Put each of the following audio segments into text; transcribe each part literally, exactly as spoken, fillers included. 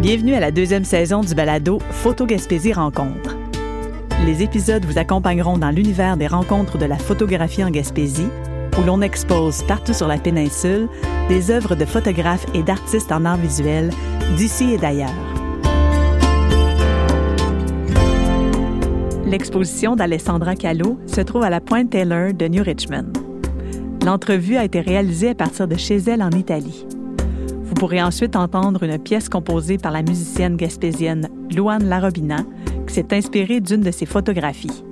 Bienvenue à la deuxième saison du balado Photo Gaspésie Rencontre. Les épisodes vous accompagneront dans l'univers des rencontres de la photographie en Gaspésie, où l'on expose partout sur la péninsule des œuvres de photographes et d'artistes en art visuel d'ici et d'ailleurs. L'exposition d'Alessandra Calo se trouve à la Pointe Taylor de New Richmond. L'entrevue a été réalisée à partir de chez elle en Italie. Vous pourrez ensuite entendre une pièce composée par la musicienne gaspésienne Louane Larobina, qui s'est inspirée d'une de ses photographies.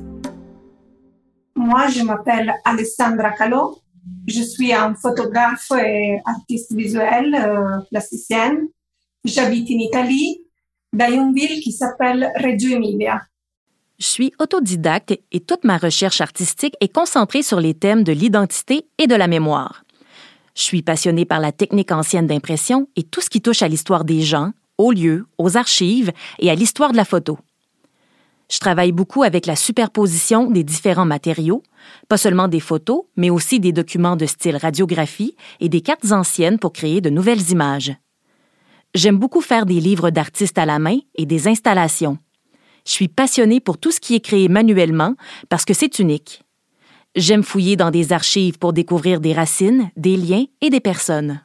Moi, je m'appelle Alessandra Calo. Je suis un photographe et artiste visuel, euh, plasticienne. J'habite en Italie, dans une ville qui s'appelle Reggio Emilia. Je suis autodidacte et toute ma recherche artistique est concentrée sur les thèmes de l'identité et de la mémoire. Je suis passionnée par la technique ancienne d'impression et tout ce qui touche à l'histoire des gens, aux lieux, aux archives et à l'histoire de la photo. Je travaille beaucoup avec la superposition des différents matériaux, pas seulement des photos, mais aussi des documents de style radiographie et des cartes anciennes pour créer de nouvelles images. J'aime beaucoup faire des livres d'artistes à la main et des installations. Je suis passionnée pour tout ce qui est créé manuellement parce que c'est unique. J'aime fouiller dans des archives pour découvrir des racines, des liens et des personnes.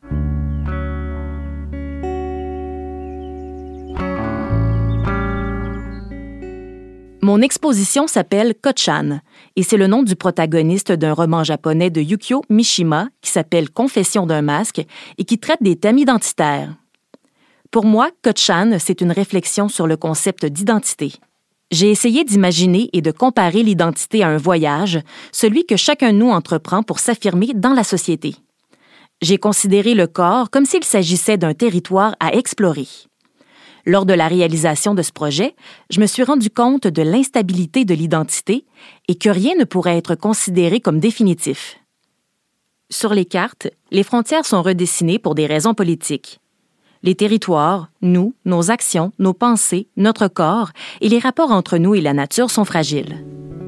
Mon exposition s'appelle Kotchan et c'est le nom du protagoniste d'un roman japonais de Yukio Mishima qui s'appelle Confession d'un masque et qui traite des thèmes identitaires. Pour moi, Kotchan, c'est une réflexion sur le concept d'identité. J'ai essayé d'imaginer et de comparer l'identité à un voyage, celui que chacun de nous entreprend pour s'affirmer dans la société. J'ai considéré le corps comme s'il s'agissait d'un territoire à explorer. Lors de la réalisation de ce projet, je me suis rendu compte de l'instabilité de l'identité et que rien ne pourrait être considéré comme définitif. Sur les cartes, les frontières sont redessinées pour des raisons politiques. Les territoires, nous, nos actions, nos pensées, notre corps et les rapports entre nous et la nature sont fragiles.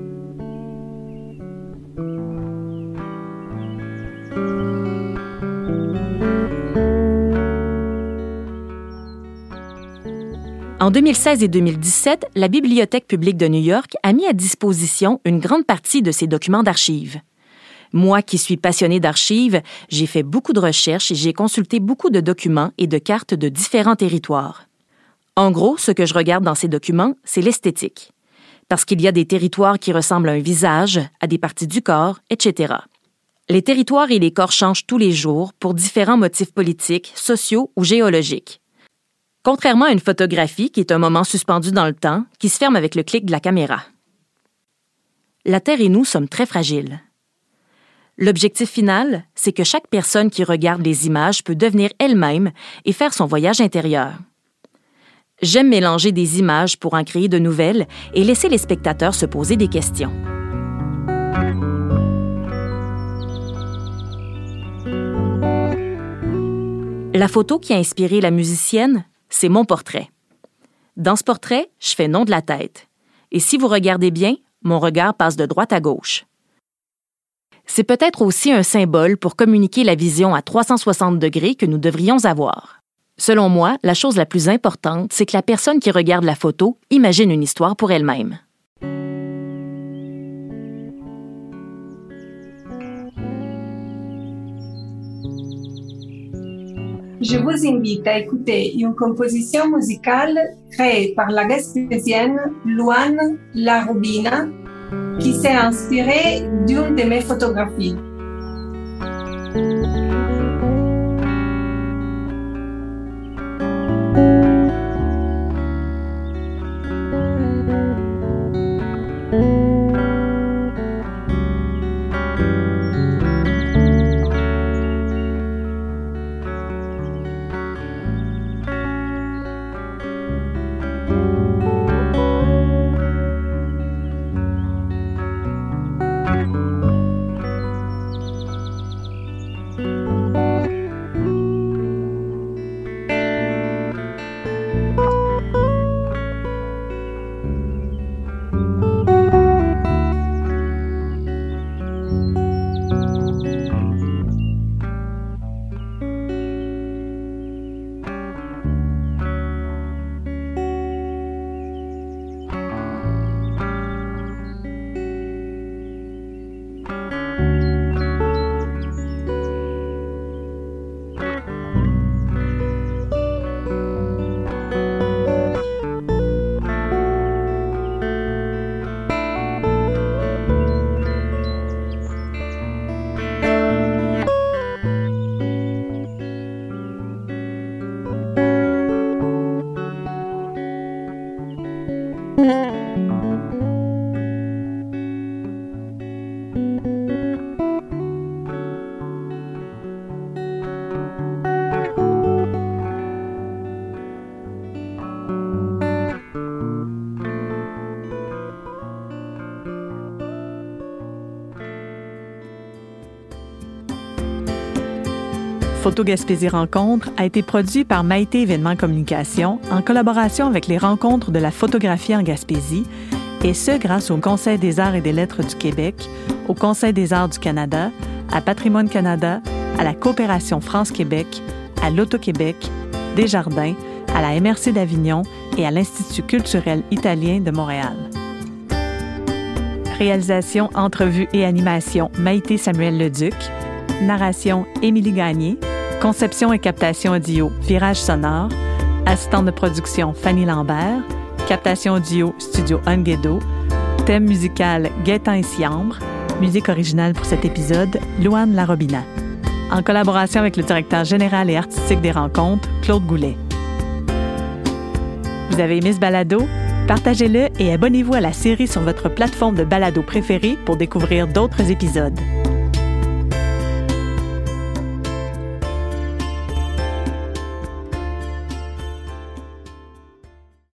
En deux mille seize et deux mille dix-sept, la Bibliothèque publique de New York a mis à disposition une grande partie de ses documents d'archives. Moi qui suis passionnée d'archives, j'ai fait beaucoup de recherches et j'ai consulté beaucoup de documents et de cartes de différents territoires. En gros, ce que je regarde dans ces documents, c'est l'esthétique. Parce qu'il y a des territoires qui ressemblent à un visage, à des parties du corps, et cetera. Les territoires et les corps changent tous les jours pour différents motifs politiques, sociaux ou géologiques. Contrairement à une photographie qui est un moment suspendu dans le temps, qui se ferme avec le clic de la caméra. La Terre et nous sommes très fragiles. L'objectif final, c'est que chaque personne qui regarde les images peut devenir elle-même et faire son voyage intérieur. J'aime mélanger des images pour en créer de nouvelles et laisser les spectateurs se poser des questions. La photo qui a inspiré la musicienne, c'est mon portrait. Dans ce portrait, je fais nom de la tête. Et si vous regardez bien, mon regard passe de droite à gauche. C'est peut-être aussi un symbole pour communiquer la vision à trois cent soixante degrés que nous devrions avoir. Selon moi, la chose la plus importante, c'est que la personne qui regarde la photo imagine une histoire pour elle-même. Je vous invite à écouter une composition musicale créée par la gaspésienne Louane Larobina, qui s'est inspirée d'une de mes photographies. Photo Gaspésie Rencontre a été produit par Maïté Événements Communication en collaboration avec les Rencontres de la photographie en Gaspésie, et ce grâce au Conseil des arts et des lettres du Québec, au Conseil des arts du Canada, à Patrimoine Canada, à la Coopération France-Québec, à l'Auto-Québec, Desjardins, à la M R C d'Avignon et à l'Institut culturel italien de Montréal. Réalisation, entrevue et animation, Maïté Samuel Leduc. Narration, Émilie Gagné. Conception et captation audio, Virage Sonore. Assistante de production, Fanny Lambert. Captation audio, Studio Unguedo. Thème musical, Gaétan et Siambre. Musique originale pour cet épisode, Louane Larobina. En collaboration avec le directeur général et artistique des rencontres, Claude Goulet. Vous avez aimé ce balado? Partagez-le et abonnez-vous à la série sur votre plateforme de balado préférée pour découvrir d'autres épisodes.